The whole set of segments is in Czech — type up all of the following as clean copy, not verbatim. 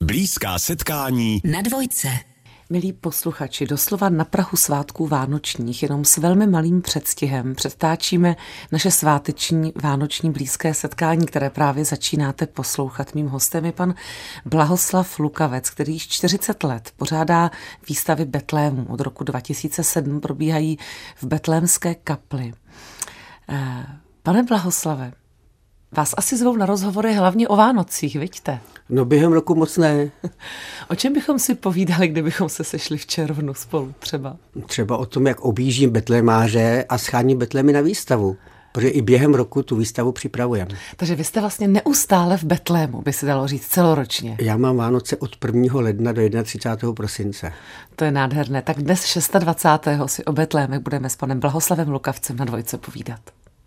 Blízká setkání na Dvojce. Milí posluchači, doslova na prahu svátků vánočních, jenom s velmi malým předstihem předtáčíme naše sváteční vánoční blízké setkání, které právě začínáte poslouchat. Mým hostem je pan Blahoslav Lukavec, který již 40 let pořádá výstavy Betlému. Od roku 2007 probíhají v Betlémské kapli. Pane Blahoslave, vás asi zvou na rozhovory hlavně o Vánocích, vidíte? No během roku moc ne. O čem bychom si povídali, kdybychom se sešli v červnu spolu třeba? Třeba o tom, jak objíždím betlémáře a schání betlémy na výstavu. Protože i během roku tu výstavu připravujeme. Takže vy jste vlastně neustále v Betlému, by se dalo říct, celoročně. Já mám Vánoce od 1. ledna do 31. prosince. To je nádherné. Tak dnes 26. si o Betlémech budeme s panem Blahoslavem Lukavcem na Dvojce povídat.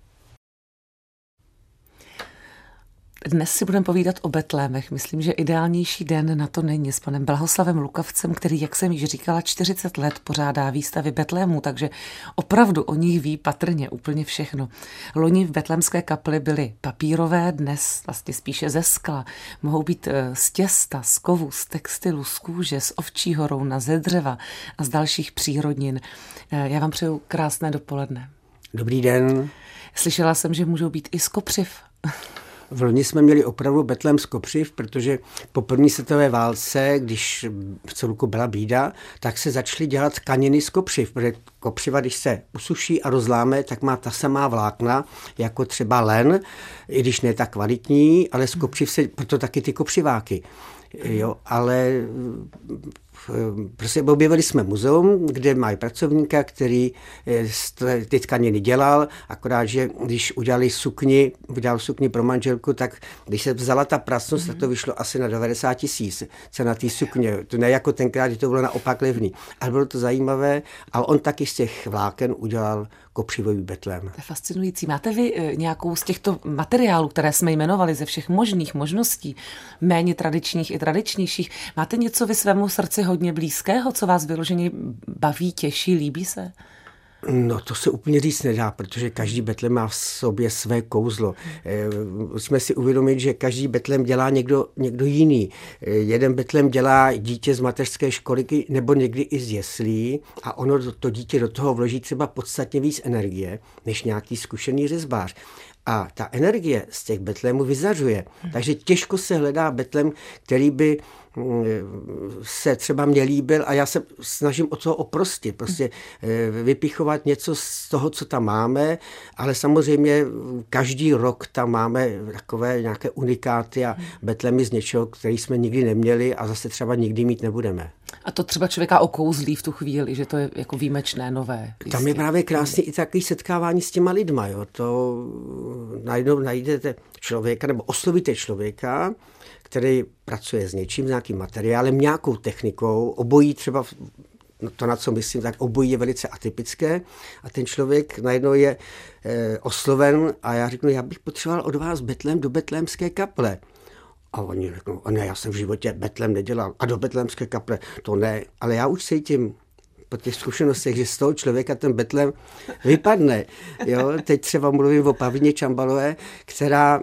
Dnes si budeme povídat o Betlémech. Myslím, že ideálnější den na to není, s panem Blahoslavem Lukavcem, který, jak jsem již říkala, 40 let pořádá výstavy Betlému, takže opravdu o nich ví patrně úplně všechno. Loni v Betlémské kapli byly papírové, dnes vlastně spíše ze skla. Mohou být z těsta, z kovu, z textilu, z kůže, z ovčí horouna, ze dřeva a z dalších přírodnin. Já vám přeju krásné dopoledne. Dobrý den. Slyšela jsem, že můžou být i z kopřiv. V loni jsme měli opravdu betlém z kopřiv, protože po první světové válce, když v celku byla bída, tak se začaly dělat tkaniny z kopřiv, protože kopřiva, když se usuší a rozláme, tak má ta samá vlákna, jako třeba len, i když ne tak kvalitní, ale z kopřiv se, proto taky ty kopřiváky. Jo, ale prostě objevili jsme muzeum, kde mají pracovníka, který ty tkaniny dělal, akorát, že když udělal sukni pro manželku, tak když se vzala ta pracnost, tak to vyšlo asi na 90 000 cena té sukně. To ne jako tenkrát, kdy to bylo naopak levný. Ale bylo to zajímavé a on taky z těch vláken udělal kopřivový betlém. To je fascinující. Máte vy nějakou z těchto materiálů, které jsme jmenovali ze všech možných možností, méně tradičních i tradičnějších, máte něco vy svému srdci hodně blízkého, co vás vyloženě baví, těší, líbí se? No to se úplně říct nedá, protože každý betlém má v sobě své kouzlo. Musíme si uvědomit, že každý betlém dělá někdo jiný. Jeden betlém dělá dítě z mateřské školky nebo někdy i z jeslí a ono to dítě do toho vloží třeba podstatně víc energie než nějaký zkušený řezbář. A ta energie z těch betlémů vyzařuje. Takže těžko se hledá betlém, který by se třeba mě líbil a já se snažím od toho oprostit, prostě vypichovat něco z toho, co tam máme, ale samozřejmě každý rok tam máme takové nějaké unikáty a betlémy z něčeho, který jsme nikdy neměli a zase třeba nikdy mít nebudeme. A to třeba člověka okouzlí v tu chvíli, že to je jako výjimečné, nové. Tam je právě krásně i takové setkávání s těma lidma. Jo. To najdete člověka nebo oslovíte člověka, který pracuje s něčím, s nějakým materiálem, nějakou technikou, obojí třeba, to na co myslím, tak obojí je velice atypické a ten člověk najednou je osloven a já řeknu, já bych potřeboval od vás betlém do betlémské kaple. A oni řeknou, ne, já jsem v životě betlém nedělal a do betlémské kaple to ne, ale já už cítím po těch zkušenostech, že z toho člověka ten betlém vypadne. Jo? Teď třeba mluvím o Pavlině Čambalové, která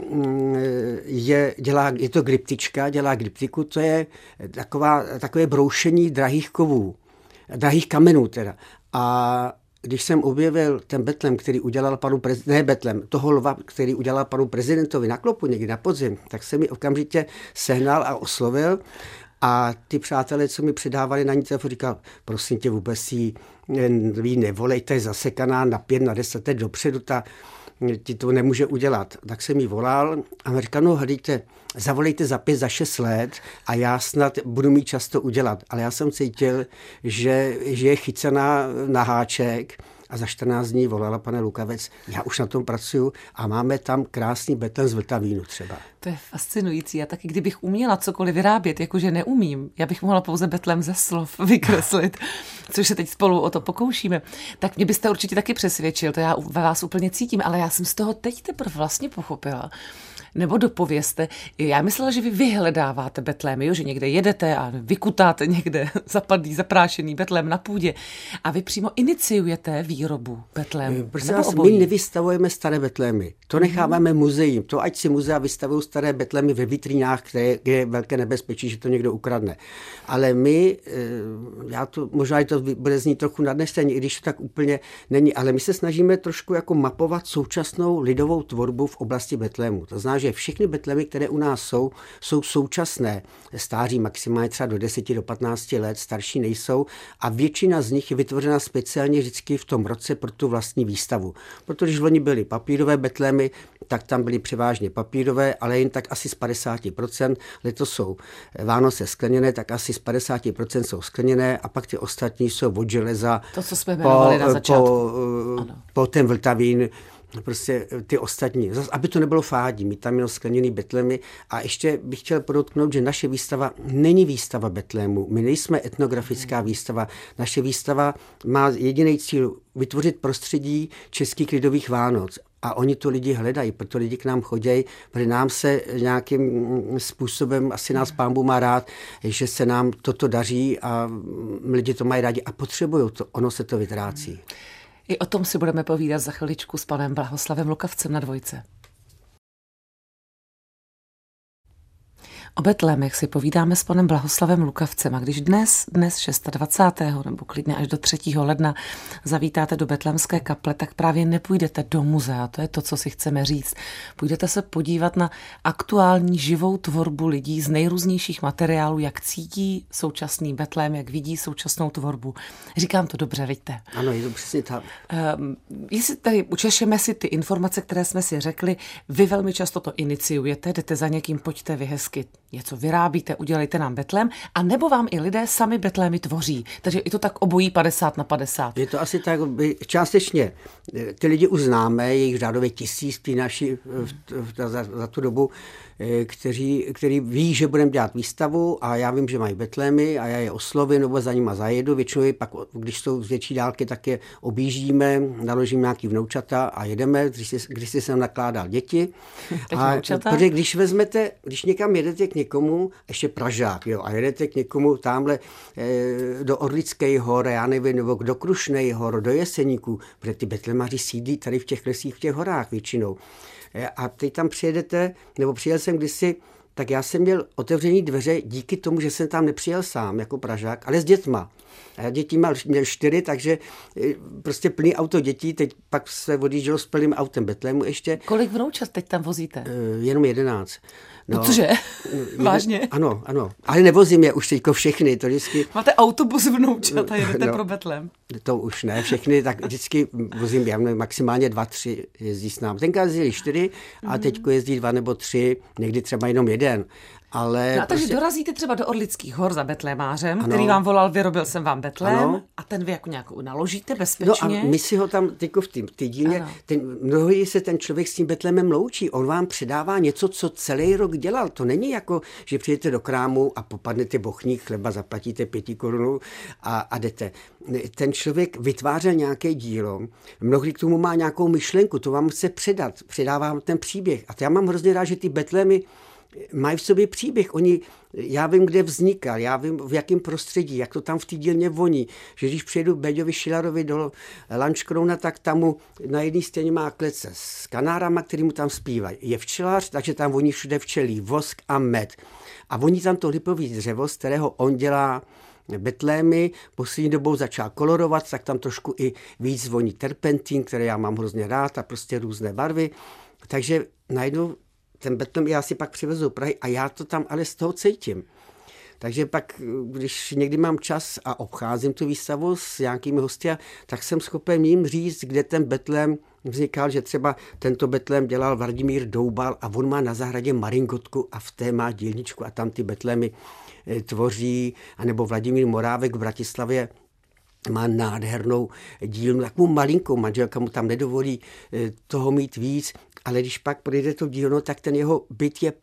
je to gryptička, dělá gryptiku, to je takové broušení drahých kovů, drahých kamenů teda. A když jsem objevil ten betlém, který udělal toho lva, který udělal panu prezidentovi na klopu někdy na podzim, tak jsem mi okamžitě sehnal a oslovil. A ty přátelé, co mi předávali na ní telefon, říkal, prosím tě, vůbec jí nevolejte, je zasekaná na 5, na 10 let dopředu, ti to nemůže udělat. Tak jsem jí volal a mi říkal, no hledejte, zavolejte za 5, za 6 let a já snad budu mít čas to udělat. Ale já jsem cítil, že je chycená na háček a za 14 dní volala pane Lukavec, já už na tom pracuju a máme tam krásný betlém z Vltavínu třeba. To je fascinující. Já taky, kdybych uměla cokoliv vyrábět, jakože neumím, já bych mohla pouze betlém ze slov vykreslit, což se teď spolu o to pokoušíme, tak mě byste určitě taky přesvědčil, to já ve vás úplně cítím, ale já jsem z toho teď teprve vlastně pochopila. Nebo dopovězte. Já myslela, že vy vyhledáváte betlémy, jo? Že někde jedete a vykutáte někde zapadlý, zaprášený betlém na půdě a vy přímo iniciujete výrobu betlému? Prostě my nevystavujeme staré betlémy. To necháváme muzeím. To ať si muzea vystavují staré betlémy ve vitrínách, kde je velké nebezpečí, že to někdo ukradne. Ale my, možná to bude znít trochu nadneseně, i když to tak úplně není, ale my se snažíme trošku jako mapovat současnou lidovou tvorbu v oblasti betlému. To znamená, že všechny betlémy, které u nás jsou současné. Stáří maximálně třeba do 10 do 15 let, starší nejsou a většina z nich je vytvořena speciálně vždycky v tom roce pro tu vlastní výstavu. Protože když oni byly papírové betlémy, tak tam byly převážně papírové, ale jen tak asi z 50%. Letos jsou Vánoce skleněné, tak asi z 50% jsou skleněné a pak ty ostatní jsou od železa. To, co jsme jmenovali na začátku. Po ten vltavín, prostě ty ostatní. Zas, aby to nebylo fádí, mít tam jenom skleněný betlémy. A ještě bych chtěl podotknout, že naše výstava není výstava betlému. My nejsme etnografická výstava. Naše výstava má jediný cíl vytvořit prostředí českých lidových Vánoc. A oni to lidi hledají, proto lidi k nám chodí, protože nám se nějakým způsobem, asi nás Pán Bůh má rád, že se nám toto daří a lidi to mají rádi a potřebují to, ono se to vytrácí. I o tom si budeme povídat za chviličku s panem Blahoslavem Lukavcem na Dvojce. O betlémech si povídáme s panem Blahoslavem Lukavcem a když dnes 26. nebo klidně až do 3. ledna zavítáte do betlémské kaple, tak právě nepůjdete do muzea, to je to, co si chceme říct. Půjdete se podívat na aktuální živou tvorbu lidí z nejrůznějších materiálů, jak cítí současný betlém, jak vidí současnou tvorbu. Říkám to dobře, vidíte? Ano, je to přesně tak. Jestli tady učešeme si ty informace, které jsme si řekli, vy velmi často to iniciujete, jdete za někým, pojďte vy hezky něco vyrábíte, udělejte nám betlém, a nebo vám i lidé sami betlémy tvoří. Takže i to tak obojí 50/50. Je to asi tak, částečně. Ty lidi už známe, jejich řádově 1000 naši za tu dobu, který ví, že budeme dělat výstavu a já vím, že mají betlémy a já je oslovím nebo za nima zajedu. Většinou pak, když jsou z větší dálky, tak je objíždíme, naložím nějaký vnoučata a jedeme, když jsem nakládal děti. Protože když někam jedete k někomu, ještě Pražák, jo, a jedete k někomu tamhle do Orlických hor, já nevím, nebo do Krušných hor, do Jeseníků, protože ty betlémaři sídlí tady v těch lesích, v těch horách většinou. A teď tam přijedete, nebo přijel jsem kdysi, tak já jsem měl otevřený dveře díky tomu, že jsem tam nepřijel sám jako Pražák, ale s dětma. A já děti měl 4, takže prostě plný auto dětí, teď pak se odjíždělo s plným autem betlému ještě. Kolik vnoučat teď tam vozíte? Jenom 11. No, cože? Vážně? Ano. Ale nevozím je už teďko všechny. To vždycky... Máte autobus vnoučat a jedete pro betlém? To už ne, všechny, tak vždycky vozím, já maximálně 2, 3 jezdí s námi. Tenkrát jezdili 4 a teďko jezdí 2 nebo 3, někdy třeba jenom 1. Ale no, takže dorazíte třeba do Orlických hor za betlémářem, který vám volal, vyrobil jsem vám betlém, a ten vy jako nějakou naložíte bezpečně. No a my si ho tam teďko v té dílně, mnohdy se ten člověk s tím betlémem loučí, on vám předává něco, co celý rok dělal. To není jako, že přijdete do krámu a popadnete bochník chleba, zaplatíte 5 korun a jdete. Ten člověk vytvářel nějaké dílo, mnohdy k tomu má nějakou myšlenku, to vám chce předat, předává vám ten příběh. A to já mám hrozně rád, že ty betlémy mají v sobě příběh. Já vím, kde vznikal, já vím, v jakém prostředí, jak to tam v té dílně voní. Že když přijedu Béďovi Šilarovi do Lanškrouna, tak tam mu na jedné stěně má klece s kanárama, který mu tam zpívají. Je včelař, takže tam voní všude včelí, vosk a med. A voní tam to lipový dřevo, z kterého on dělá betlémy, poslední dobou začal kolorovat, tak tam trošku i víc voní terpentín, který já mám hrozně rád, a prostě různé barvy. Takže najednou ten betlém já si pak přivezu do Prahy a já to tam ale z toho cítím. Takže pak, když někdy mám čas a obcházím tu výstavu s nějakými hosty, tak jsem schopen jim říct, kde ten betlém vznikal, že třeba tento betlém dělal Vladimír Doubal a on má na zahradě maringotku a v té má dílničku a tam ty betlémy tvoří, anebo Vladimír Morávek v Bratislavě má nádhernou dílnu, takovou malinkou, manželka mu tam nedovolí toho mít víc, ale když pak projde to dílno, tak ten jeho byt je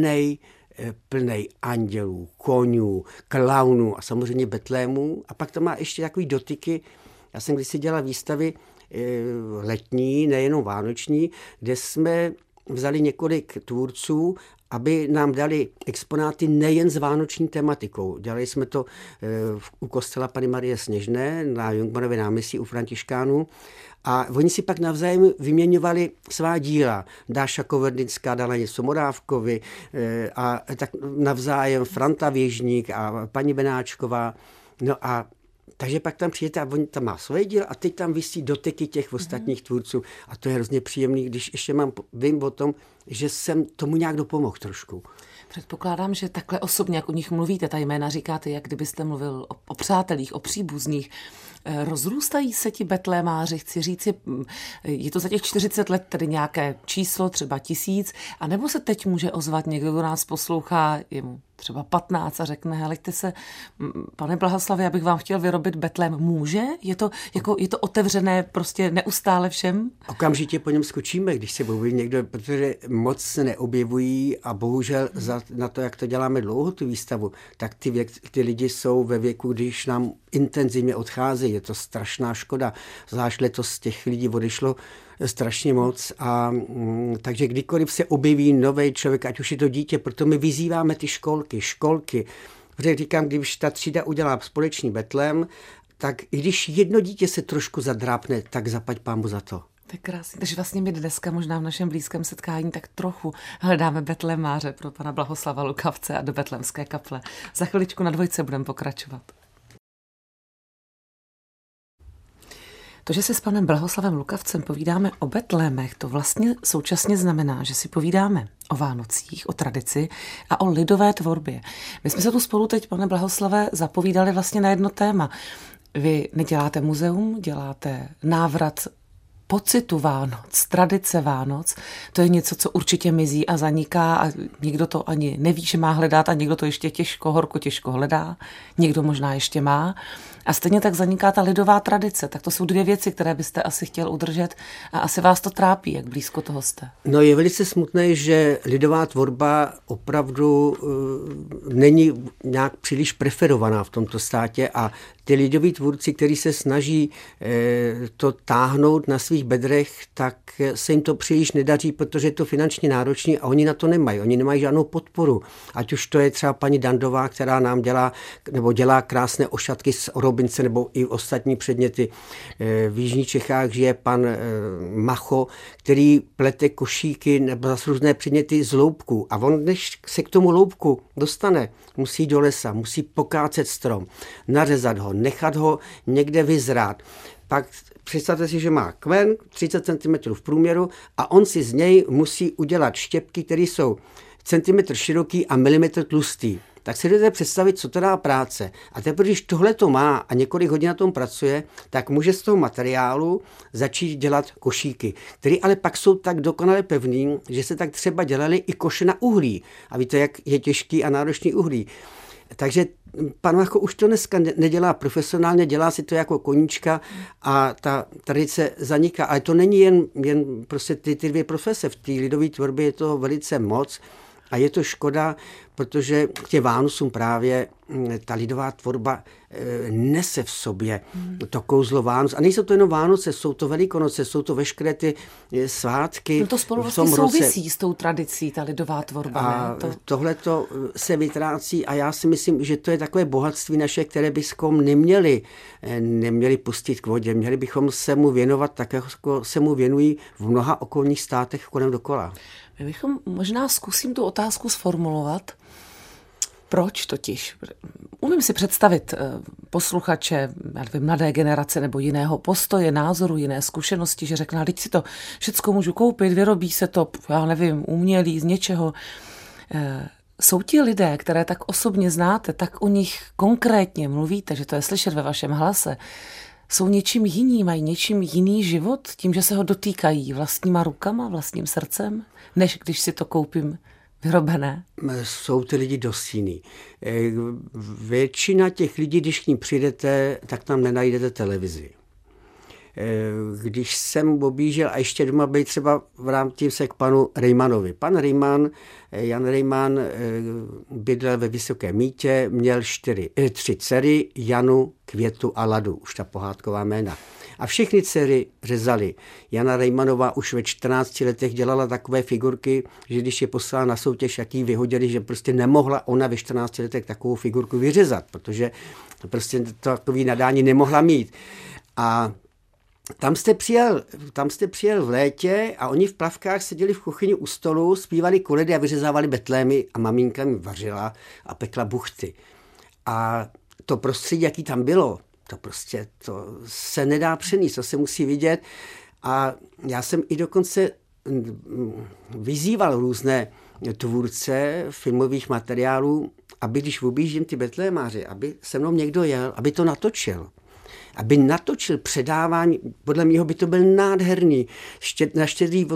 plnej andělů, konňů, klaunů a samozřejmě betlémů. A pak to má ještě takový dotyky. Já jsem kdysi dělal výstavy letní, nejenom vánoční, kde jsme vzali několik tvůrců aby nám dali exponáty nejen s vánoční tematikou. Dělali jsme to u kostela Panny Marie Sněžné na Jungmannově náměstí u františkánů. A oni si pak navzájem vyměňovali svá díla. Dáša Kovernická dala něco Morávkovi a tak navzájem Franta Věžník a paní Benáčková. No a takže pak tam přijete a oni tam má svoje díl a teď tam visí doteky těch ostatních tvůrců. A to je hrozně příjemný, když ještě vím o tom, že jsem tomu nějak dopomohl trošku. Předpokládám, že takhle osobně, jak o nich mluvíte, ta jména říkáte, jak kdybyste mluvil o přátelích, o příbuzných. Rozrůstají se ti betlémáři, chci říct, je to za těch 40 let tedy nějaké číslo, třeba 1000, anebo se teď může ozvat někdo, kdo nás poslouchá, je mu třeba 15 a řekne, helejte se, pane Blahoslave, já bych vám chtěl vyrobit betlém. Může? Je to otevřené prostě neustále všem? Okamžitě po něm skočíme, když se objeví někdo, protože moc se neobjevují a bohužel na to, jak to děláme dlouho, tu výstavu, tak ty lidi jsou ve věku, když nám intenzivně odcházejí. Je to strašná škoda. Zvlášť letos z těch lidí odešlo strašně moc a takže kdykoliv se objeví nový člověk, ať už je to dítě, proto my vyzýváme ty školky. Protože říkám, když ta třída udělá společný betlém, tak i když jedno dítě se trošku zadrápne, tak zaplať pánbu za to. To je krásný. Takže vlastně my dneska možná v našem blízkém setkání tak trochu hledáme betlémáře pro pana Blahoslava Lukavce a do betlémské kaple. Za chviličku na dvojce budeme pokračovat. To, že se s panem Blahoslavem Lukavcem povídáme o betlémech, to vlastně současně znamená, že si povídáme o Vánocích, o tradici a o lidové tvorbě. My jsme se tu spolu teď, pane Blahoslave, zapovídali vlastně na jedno téma. Vy neděláte muzeum, děláte návrat pocitu Vánoc, tradice Vánoc. To je něco, co určitě mizí a zaniká a nikdo to ani neví, že má hledat a někdo to ještě horko těžko hledá. Někdo možná ještě má. A stejně tak zaniká ta lidová tradice. Tak to jsou dvě věci, které byste asi chtěl udržet a asi vás to trápí, jak blízko toho jste. No je velice smutné, že lidová tvorba opravdu není nějak příliš preferovaná v tomto státě a ty lidoví tvůrci, kteří se snaží to táhnout na svých bedrech, tak se jim to příliš nedaří, protože je to finančně náročné a oni na to nemají. Oni nemají žádnou podporu. Ať už to je třeba paní Dandová, která nám dělá krásné ošatky z orobince nebo i ostatní předměty. V jižních Čechách žije pan Macho, který plete košíky nebo zase různé předměty z loubku. A on, než se k tomu loubku dostane, musí do lesa, musí pokácet strom, nařezat ho, nechat ho někde vyzrát. Pak představte si, že má kmen 30 cm v průměru a on si z něj musí udělat štěpky, které jsou centimetr široký a milimetr tlustý. Tak si jdete představit, co to dá práce. A teprve, když tohle to má a několik hodin na tom pracuje, tak může z toho materiálu začít dělat košíky, které ale pak jsou tak dokonale pevný, že se tak třeba dělali i koše na uhlí. A víte, jak je těžký a náročný uhlí. Takže pan Macho už to dneska nedělá profesionálně, dělá si to jako koníčka a ta tradice zaniká. Ale to není jen prostě ty dvě profese. V té lidové tvorbě je to velice moc a je to škoda, protože k těm Vánocům právě ta lidová tvorba nese v sobě to kouzlo Vánoc. A nejsou to jenom Vánoce, jsou to Velikonoce, jsou to veškeré ty svátky. No to spolu vlastně souvisí s tou tradicí, ta lidová tvorba. A tohle to se vytrácí a já si myslím, že to je takové bohatství naše, které bychom neměli pustit k vodě. Měli bychom se mu věnovat tak, jako se mu věnují v mnoha okolních státech kolem dokola. My bychom možná zkusím tu otázku sformulovat. Proč totiž? Umím si představit posluchače, mladé generace nebo jiného postoje, názoru, jiné zkušenosti, že řekne, teď si to všecko můžu koupit, vyrobí se to, já nevím, umělý z něčeho. Jsou ti lidé, které tak osobně znáte, tak o nich konkrétně mluvíte, že to je slyšet ve vašem hlase, jsou něčím jiný, mají něčím jiný život, tím, že se ho dotýkají vlastníma rukama, vlastním srdcem, než když si to koupím vyrobené? Jsou ty lidi dost jiný. Většina těch lidí, když k ním přijdete, tak tam nenajdete televizi. Když jsem objížděl a ještě doma byl třeba vrátím se k panu Rejmanovi. Pan Rejman, Jan Rejman, bydlel ve Vysokém Mýtě, měl 3 dcery, Janu, Květu a Ladu, už ta pohádková jména. A všechny dcery řezaly. Jana Rejmanová už ve 14 letech dělala takové figurky, že když je poslala na soutěž, jak jí vyhodili, že prostě nemohla ona ve 14 letech takovou figurku vyřezat, protože prostě to takový nadání nemohla mít. A tam jste přijel v létě a oni v plavkách seděli v kuchyni u stolu, zpívali koledy a vyřezávali betlémy a maminka mi vařila a pekla buchty. A to prostředí, jaký tam bylo, to se nedá přenést, to se musí vidět. A já jsem i dokonce vyzýval různé tvůrce filmových materiálů, aby když objíždím ty betlémáře, aby se mnou někdo jel, aby to natočil. Aby natočil předávání, podle mého by to byl nádherný, na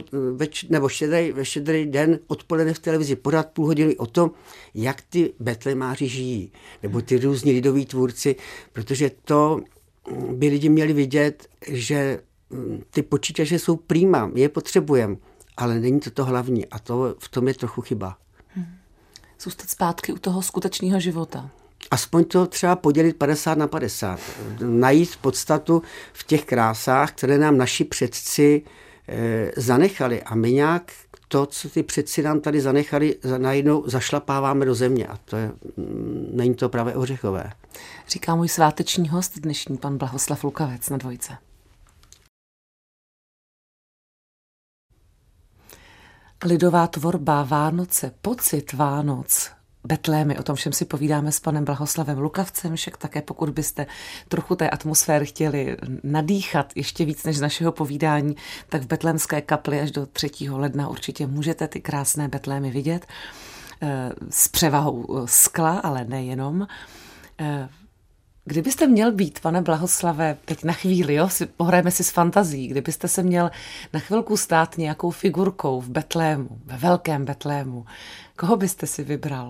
štědrý den odpoledne v televizi podat půl hodiny o tom, jak ty betlémáři žijí, nebo ty různí lidoví tvůrci, protože to by lidi měli vidět, že ty počítače jsou prima, my je potřebujeme, ale není to hlavní a v tom je trochu chyba. Zůstat zpátky u toho skutečného života. Aspoň to třeba podělit 50/50. Najít podstatu v těch krásách, které nám naši předci zanechali. A my nějak to, co ty předci nám tady zanechali, najednou zašlapáváme do země. A není to právě ořechové. Říká můj sváteční host dnešní, pan Blahoslav Lukavec na Dvojce. Lidová tvorba, Vánoce, pocit Vánoc, Betlémy, o tom všem si povídáme s panem Blahoslavem Lukavcem, však také pokud byste trochu té atmosféry chtěli nadýchat ještě víc než z našeho povídání, tak v Betlémské kapli až do 3. ledna určitě můžete ty krásné Betlémy vidět s převahou skla, ale nejenom. Kdybyste měl být, pane Blahoslave, teď na chvíli, jo, pohrajeme si s fantazií, kdybyste se měl na chvilku stát nějakou figurkou v Betlému, ve velkém Betlému, koho byste si vybral?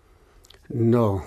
No,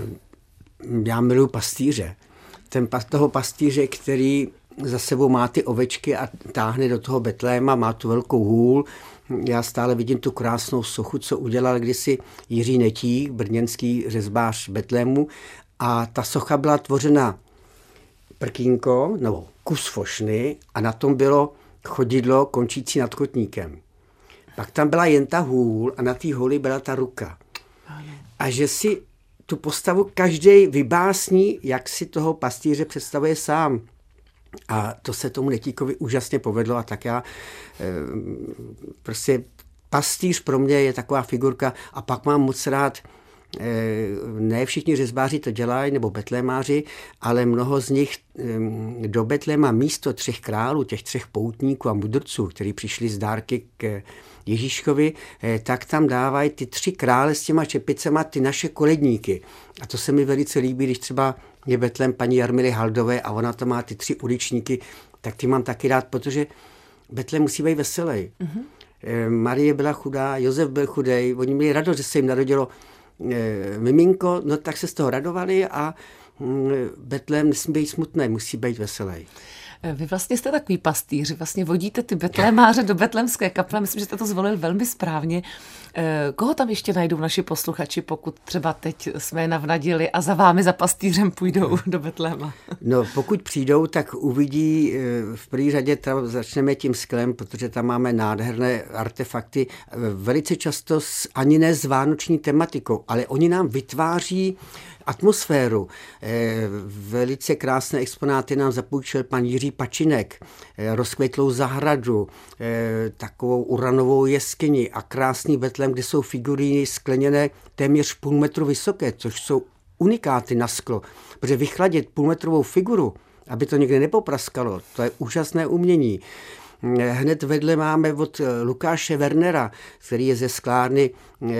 já miluji pastýře. Toho pastýře, který za sebou má ty ovečky a táhne do toho Betléma, má tu velkou hůl. Já stále vidím tu krásnou sochu, co udělal kdysi Jiří Netík, brněnský řezbář Betlému. A ta socha byla tvořena prkínko, nebo kus fošny a na tom bylo chodidlo končící nad kotníkem. Pak tam byla jen ta hůl a na té hůli byla ta ruka. A že si tu postavu každý vybásní, jak si toho pastýře představuje sám. A to se tomu Netíkovi úžasně povedlo a tak já prostě pastýř pro mě je taková figurka a pak mám moc rád, ne všichni řezbáři to dělají, nebo betlémáři, ale mnoho z nich do Betléma místo 3 králů, těch 3 poutníků a mudrců, kteří přišli z dárky k Ježíškovi, tak tam dávají ty 3 krále s těma čepicema, ty naše koledníky. A to se mi velice líbí, když třeba je Betlém paní Jarmily Haldové a ona to má ty 3 uličníky, tak ty mám taky rád, protože Betlém musí být veselý. Mm-hmm. Marie byla chudá, Josef byl chudej, oni měli radost, že se jim narodilo miminko, no tak se z toho radovali a Betlém nesmí být smutný, musí být veselý. Vy vlastně jste takový pastýři, vlastně vodíte ty betlémáře do betlémské kaple, myslím, že jste to zvolil velmi správně. Koho tam ještě najdou naši posluchači, pokud třeba teď jsme je navnadili a za vámi, za pastýřem půjdou do Betléma? No, pokud přijdou, tak uvidí v první řadě, začneme tím sklem, protože tam máme nádherné artefakty, velice často ani ne s vánoční tematikou, ale oni nám vytváří atmosféru. Velice krásné exponáty nám zapůjčil pan Jiří Pačinek, rozkvětlou zahradu, takovou uranovou jeskyni a krásný Betlém, kde jsou figuríny skleněné téměř půl metru vysoké, což jsou unikáty na sklo. Protože vychladit půlmetrovou figuru, aby to někde nepopraskalo, to je úžasné umění. Hned vedle máme od Lukáše Wernera, který je ze sklárny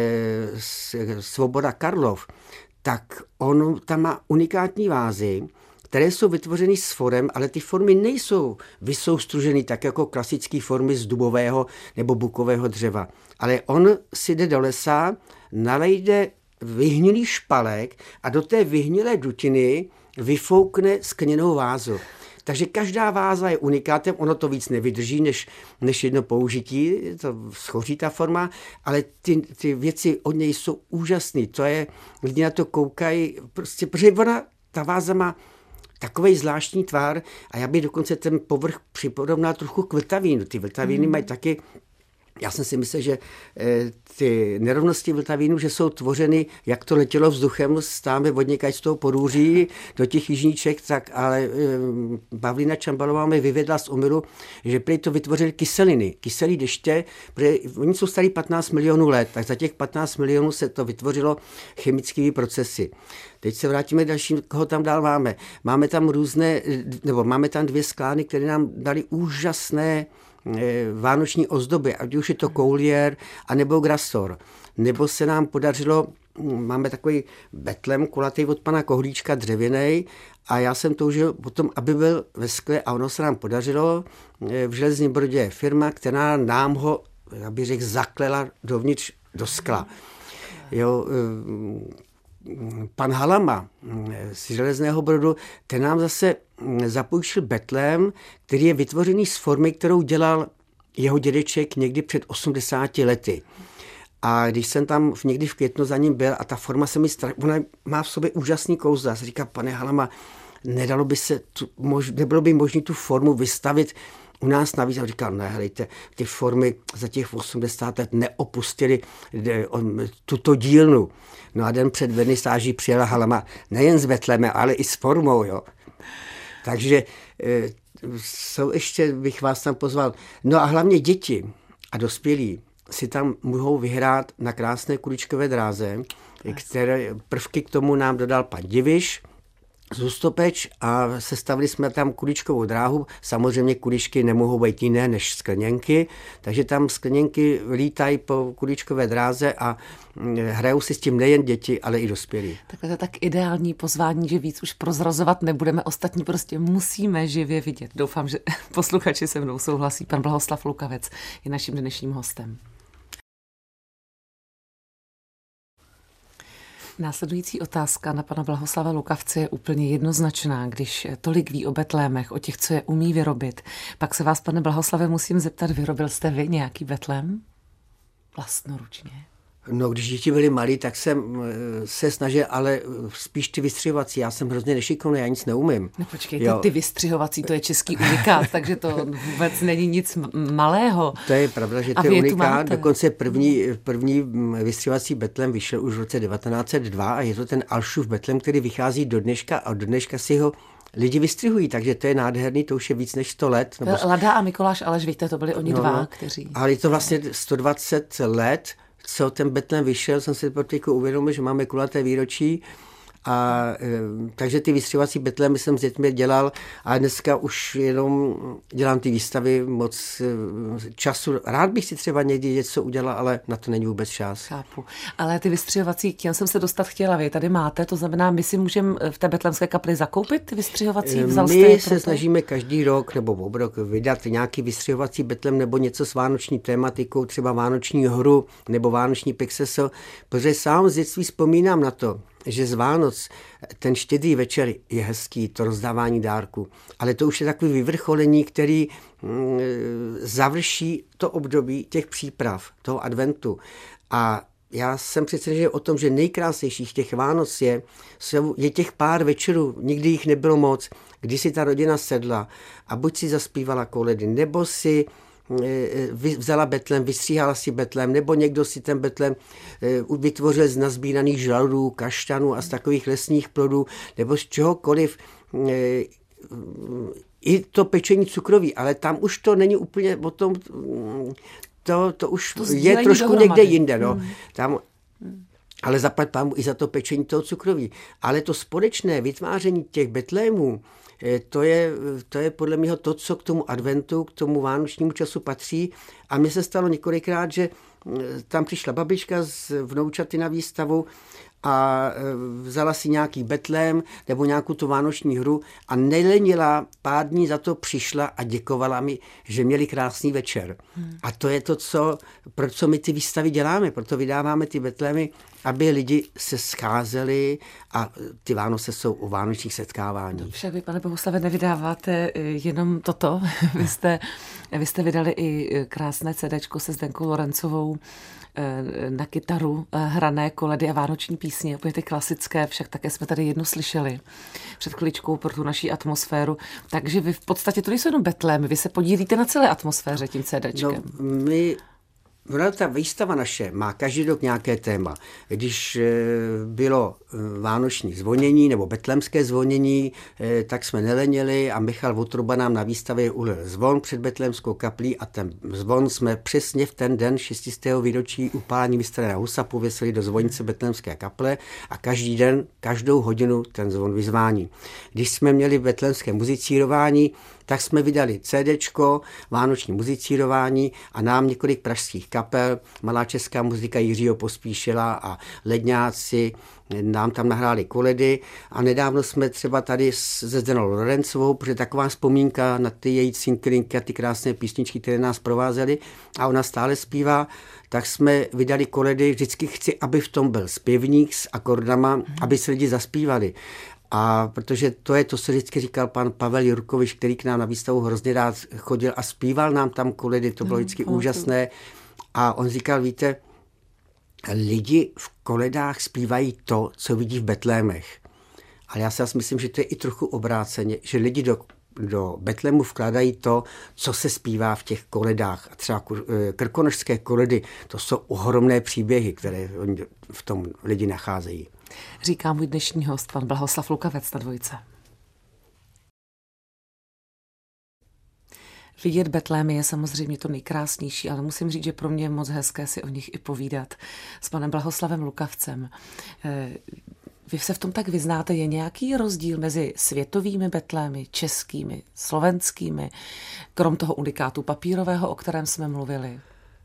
Svoboda Karlov, tak on tam má unikátní vázy, které jsou vytvořeny s forem, ale ty formy nejsou vysoustružené tak jako klasické formy z dubového nebo bukového dřeva. Ale on si jde do lesa, nalejde vyhnilý špalek a do té vyhnilé dutiny vyfoukne skleněnou vázu. Takže každá váza je unikátem, ono to víc nevydrží, než jedno použití, to schoří ta forma, ale ty věci od něj jsou úžasné. To je, lidi na to koukají, prostě, protože ta váza má takovej zvláštní tvar a já bych dokonce ten povrch připodobnal trochu k Vltavínu. Ty Vltavíny mají taky. Já jsem si myslel, že ty nerovnosti Vltavínu, že jsou tvořeny, jak to letělo vzduchem, stáme odněkaď z toho Porúří do těch jižníček, tak ale Pavlína Čambalová mi vyvedla z omylu, že prý to vytvořili kyselý deště, protože oni jsou starý 15 milionů let, tak za těch 15 milionů se to vytvořilo chemickými procesy. Teď se vrátíme k dalším, koho tam dál máme. Máme tam 2 sklány, které nám dali úžasné vánoční ozdoby, ať už je to Koulier, anebo Grasor. Nebo se nám podařilo, máme takový betlem kulatý od pana Kohlíčka, dřevěnej, a já jsem toužil potom, aby byl ve skle, a ono se nám podařilo. V Železním Brodě je firma, která nám ho, já bych řekl, zaklela dovnitř do skla. Jo, pan Halama z Železného Brodu, ten nám zase zapůjčil betlém, který je vytvořený z formy, kterou dělal jeho dědeček někdy před 80 lety. A když jsem tam někdy v květnu za ním byl a ta forma se mi ona má v sobě úžasný kouzla. Já říká, pane Halama, nebylo by možné tu formu vystavit u nás navíc. A říkal, ne, helejte, ty formy za těch 80 let neopustili tuto dílnu. No a den před vernisáží přijela Halama nejen s betlémem, ale i s formou, jo. Takže ještě bych vás tam pozval. No a hlavně děti a dospělí si tam mohou vyhrát na krásné kuličkové dráze, které prvky k tomu nám dodal pan Diviš z Hustopeč a sestavili jsme tam kuličkovou dráhu. Samozřejmě kuličky nemohou být jiné než skleněnky, takže tam skleněnky lítají po kuličkové dráze a hrajou si s tím nejen děti, ale i dospělí. Tak to je tak ideální pozvání, že víc už prozrazovat nebudeme, ostatní prostě musíme živě vidět. Doufám, že posluchači se mnou souhlasí. Pan Blahoslav Lukavec je naším dnešním hostem. Následující otázka na pana Blahoslava Lukavce je úplně jednoznačná. Když tolik ví o betlémech, o těch, co je umí vyrobit, pak se vás, pane Blahoslave, musím zeptat, vyrobil jste vy nějaký betlém? Vlastnoručně. No, když děti byly malí, tak jsem se snažil, ale spíš ty vystřihovací. Já jsem hrozně nešikovný, já nic neumím. No počkejte, ty vystřihovací, to je český unikát, takže to vůbec není nic malého. To je pravda, že to je unikát. Dokonce první vystřihovací betlém vyšel už v roce 1902 a je to ten Alšův betlém, který vychází do dneška a do dneška si ho lidi vystřihují, takže to je nádherný, to už je víc než 100 let. Lada a Mikuláš Aleš, víte, to byli oni dva, kteří... Ale je to vlastně 120 let, co ten betlém vyšel, jsem si teď uvědomil, že máme kulaté výročí a takže ty vystřihovací betlémy jsem s dětmi dělal a dneska už jenom dělám ty výstavy moc času. Rád bych si třeba někdy něco udělal, ale na to není vůbec čas. Chápu. Ale ty vystřihovací, k těm jsem se dostat chtěla, vy tady máte, to znamená, my si můžeme v té betlémské kapli zakoupit ty vystřihovací? My se snažíme každý rok nebo obrok vydat nějaký vystřihovací betlém nebo něco s vánoční tématikou, třeba vánoční hru nebo vánoční pixeso, protože sám z dětství vzpomínám na to, že z Vánoc ten štědrý večer je hezký, to rozdávání dárku, ale to už je takový vyvrcholení, který završí to období těch příprav, toho adventu. A já jsem přesvědčen o tom, že nejkrásnějších těch Vánoc je těch pár večerů, nikdy jich nebylo moc, kdy si ta rodina sedla a buď si zaspívala koledy, nebo si vzala betlém, vystříhala si betlém, nebo někdo si ten betlém vytvořil z nazbíraných žaludů, kaštanů a z takových lesních plodů, nebo z čehokoliv. I to pečení cukroví, ale tam už to není úplně o tom, to už je trošku dohromady. Někde jinde. No. Tam, ale zaplať pámu i za to pečení toho cukroví. Ale to společné vytváření těch betlémů, to je podle mě to, co k tomu adventu, k tomu vánočnímu času patří. A mně se stalo několikrát, že tam přišla babička z vnoučaty na výstavu a vzala si nějaký betlém nebo nějakou tu vánoční hru a nelenila, pár dní za to přišla a děkovala mi, že měli krásný večer. A to je to, pro co my ty výstavy děláme, proto vydáváme ty betlémy, aby lidi se scházeli a ty Vánoce jsou o vánočních setkávání. Však vy, pane Bohuslave, nevydáváte jenom toto. Vy jste vydali i krásné CDčko se Zdenkou Lorencovou na kytaru, hrané koledy a vánoční písně. písně, úplně ty klasické, však také jsme tady jednu slyšeli před chviličkou pro tu naší atmosféru. Takže vy v podstatě to nejsou jenom betlémy, vy se podílíte na celé atmosféře tím CDčkem. No, ta výstava naše má každý rok nějaké téma. Když bylo vánoční zvonění nebo betlémské zvonění, tak jsme nelenili a Michal Votruba nám na výstavě ulil zvon před betlémskou kaplí a ten zvon jsme přesně v ten den 600. výročí upálení Vystaveného Husa pověsili do zvonice betlémské kaple a každý den, každou hodinu ten zvon vyzvání. Když jsme měli betlémské muzicírování, tak jsme vydali CDčko, vánoční muzicírování a nám několik pražských kapel, Malá česká muzika Jiřího Pospíšila a Ledňáci, nám tam nahráli koledy a nedávno jsme třeba tady se Zdenou Lorencovou, protože taková vzpomínka na ty její cinkelinky a ty krásné písničky, které nás provázely a ona stále zpívá, tak jsme vydali koledy, vždycky chci, aby v tom byl zpěvník s akordama, aby se lidi zaspívali. A protože to je to, co vždycky říkal pan Pavel Jurkovič, který k nám na výstavu hrozně rád chodil a zpíval nám tam koledy, to bylo vždycky úžasné. A on říkal, víte, lidi v koledách zpívají to, co vidí v Betlémech. Ale já si myslím, že to je i trochu obráceně, že lidi do Betlému vkládají to, co se zpívá v těch koledách. A třeba krkonošské koledy, to jsou ohromné příběhy, které v tom lidi nacházejí. Říká můj dnešní host, pan Blahoslav Lukavec na Dvojce. Vidět betlémy je samozřejmě to nejkrásnější, ale musím říct, že pro mě je moc hezké si o nich i povídat s panem Blahoslavem Lukavcem. Vy se v tom tak vyznáte, je nějaký rozdíl mezi světovými betlémy, českými, slovenskými, krom toho unikátu papírového, o kterém jsme mluvili?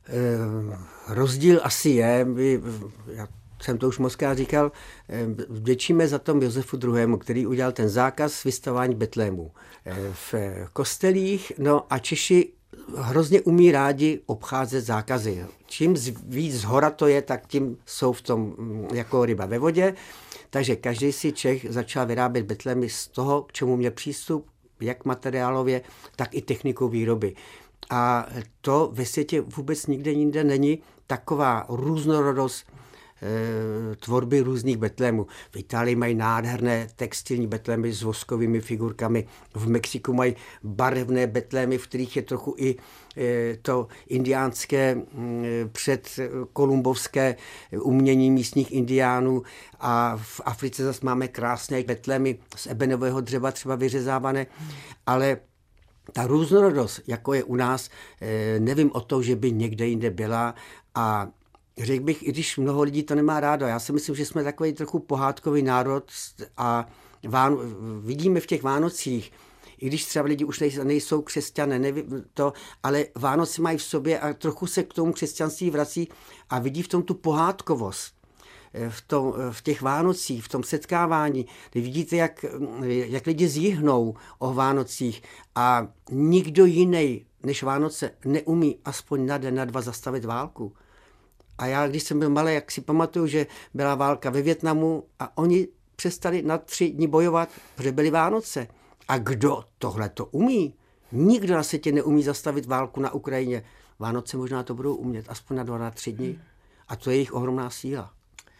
Rozdíl asi je, já jsem to už mockrát říkal, vděčíme za tom Josefu II., který udělal ten zákaz vystavování betlémů v kostelích, no a Češi hrozně umí rádi obcházet zákazy. Čím víc zhora to je, tak tím jsou v tom jako ryba ve vodě. Takže každý si Čech začal vyrábět betlémy z toho, k čemu měl přístup, jak materiálově, tak i technikou výroby. A to ve světě vůbec nikde jinde není taková různorodost tvorby různých betlémů. V Itálii mají nádherné textilní betlémy s voskovými figurkami, v Mexiku mají barevné betlémy, v kterých je trochu i to indiánské předkolumbovské umění místních indiánů a v Africe zase máme krásné betlémy z ebenového dřeva třeba vyřezávané, ale ta různorodost, jako je u nás, nevím o to, že by někde jinde byla a řekl bych, i když mnoho lidí to nemá rádo, já si myslím, že jsme takový trochu pohádkový národ a vidíme v těch Vánocích, i když třeba lidi už nejsou křesťané, nevím to, ale Vánoce mají v sobě a trochu se k tomu křesťanství vrací a vidí v tom tu pohádkovost. V těch Vánocích, v tom setkávání, kdy vidíte, jak lidi zjihnou o Vánocích a nikdo jiný než Vánoce neumí aspoň na den, na dva zastavit válku. A já, když jsem byl malý, jak si pamatuju, že byla válka ve Vietnamu a oni přestali na 3 dny bojovat, protože byly Vánoce. A kdo tohle to umí? Nikdo na světě neumí zastavit válku na Ukrajině. Vánoce možná to budou umět, aspoň na 2, na 3 dny. A to je jejich ohromná síla.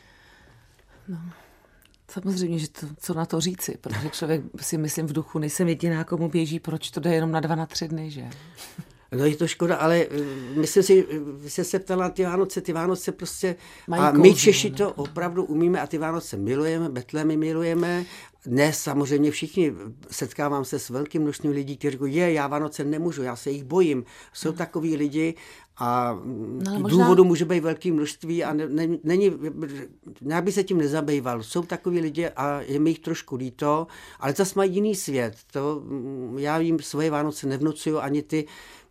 No, samozřejmě, že to, co na to říci, protože člověk si myslím v duchu, nejsem jediná, komu běží, proč to jde jenom na 2, na 3 dny, že? No je to škoda, ale myslím si, vy jste se ptala na ty Vánoce prostě mají a kouzlo, my Češi to opravdu umíme a ty Vánoce milujeme, betlémy milujeme. Ne, samozřejmě všichni, setkávám se s velkým množstvím lidí, kteří říkají, já Vánoce nemůžu, já se jich bojím. Jsou takový lidi a důvodu může být velké množství a není, nějak by se tím nezabýval. Jsou takový lidi a je mi jich trošku líto, ale zase mají jiný svět. To, já jim svoje Vánoce nevnucuju ani ty,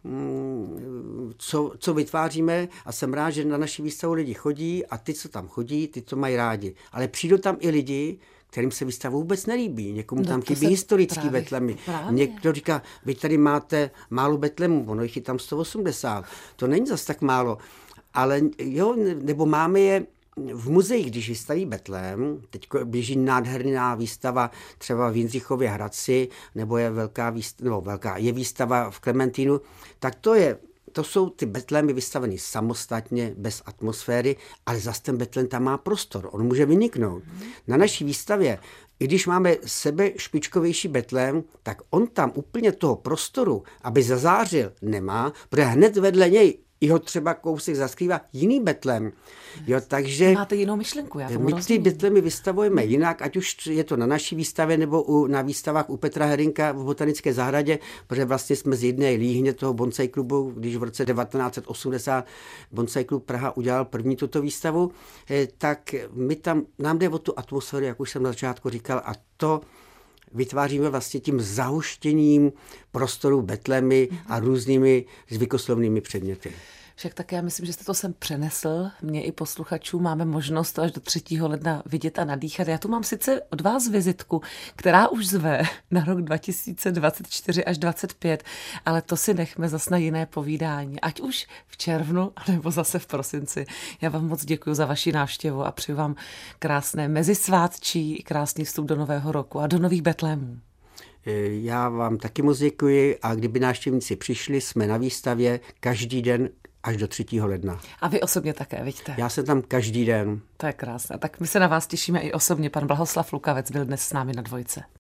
co vytváříme a jsem rád, že na naši výstavu lidi chodí a ty, co tam chodí, ty to mají rádi. Ale přijdou tam i lidi, kterým se výstava vůbec nelíbí. Někomu tam chybí historický betlemy. Někdo říká, vy tady máte málo betlemů, ono jich je tam 180. To není zas tak málo. Ale jo, nebo máme je v muzeích, když vystaví betlém, teď běží nádherná výstava třeba v Jindřichově Hradci, nebo je je výstava v Klementínu, tak to je to jsou ty betlémy vystaveny samostatně, bez atmosféry, ale zase ten betlém tam má prostor, on může vyniknout. Na naší výstavě, i když máme sebe špičkovější betlém, tak on tam úplně toho prostoru, aby zazářil, nemá, protože hned vedle něj i ho třeba kousek zaskrývá jiný betlém. Jo, takže máte jinou myšlenku, já tomu my rozumím. ty betlémy vystavujeme jinak, ať už je to na naší výstavě nebo na výstavách u Petra Herinka v Botanické zahradě, protože vlastně jsme z jedné líhně toho bonsai klubu, když v roce 1980 Bonsai klub Praha udělal první tuto výstavu, tak nám jde o tu atmosféru, jak už jsem na začátku říkal, a to vytváříme vlastně tím zahuštěním prostoru betlémy a různými zvykoslovnými předměty. Však tak já myslím, že jste to sem přenesl. Mě i posluchačům máme možnost to až do 3. ledna vidět a nadýchat. Já tu mám sice od vás vizitku, která už zve na rok 2024 až 2025, ale to si nechme zas na jiné povídání. Ať už v červnu, nebo zase v prosinci. Já vám moc děkuji za vaši návštěvu a přeju vám krásné mezisvátčí i krásný vstup do nového roku a do nových betlémů. Já vám taky moc děkuji a kdyby návštěvníci přišli, jsme na výstavě každý den až do 3. ledna. A vy osobně také, vidíte? Já jsem tam každý den. To je krásné. Tak my se na vás těšíme i osobně. Pan Blahoslav Lukavec byl dnes s námi na Dvojce.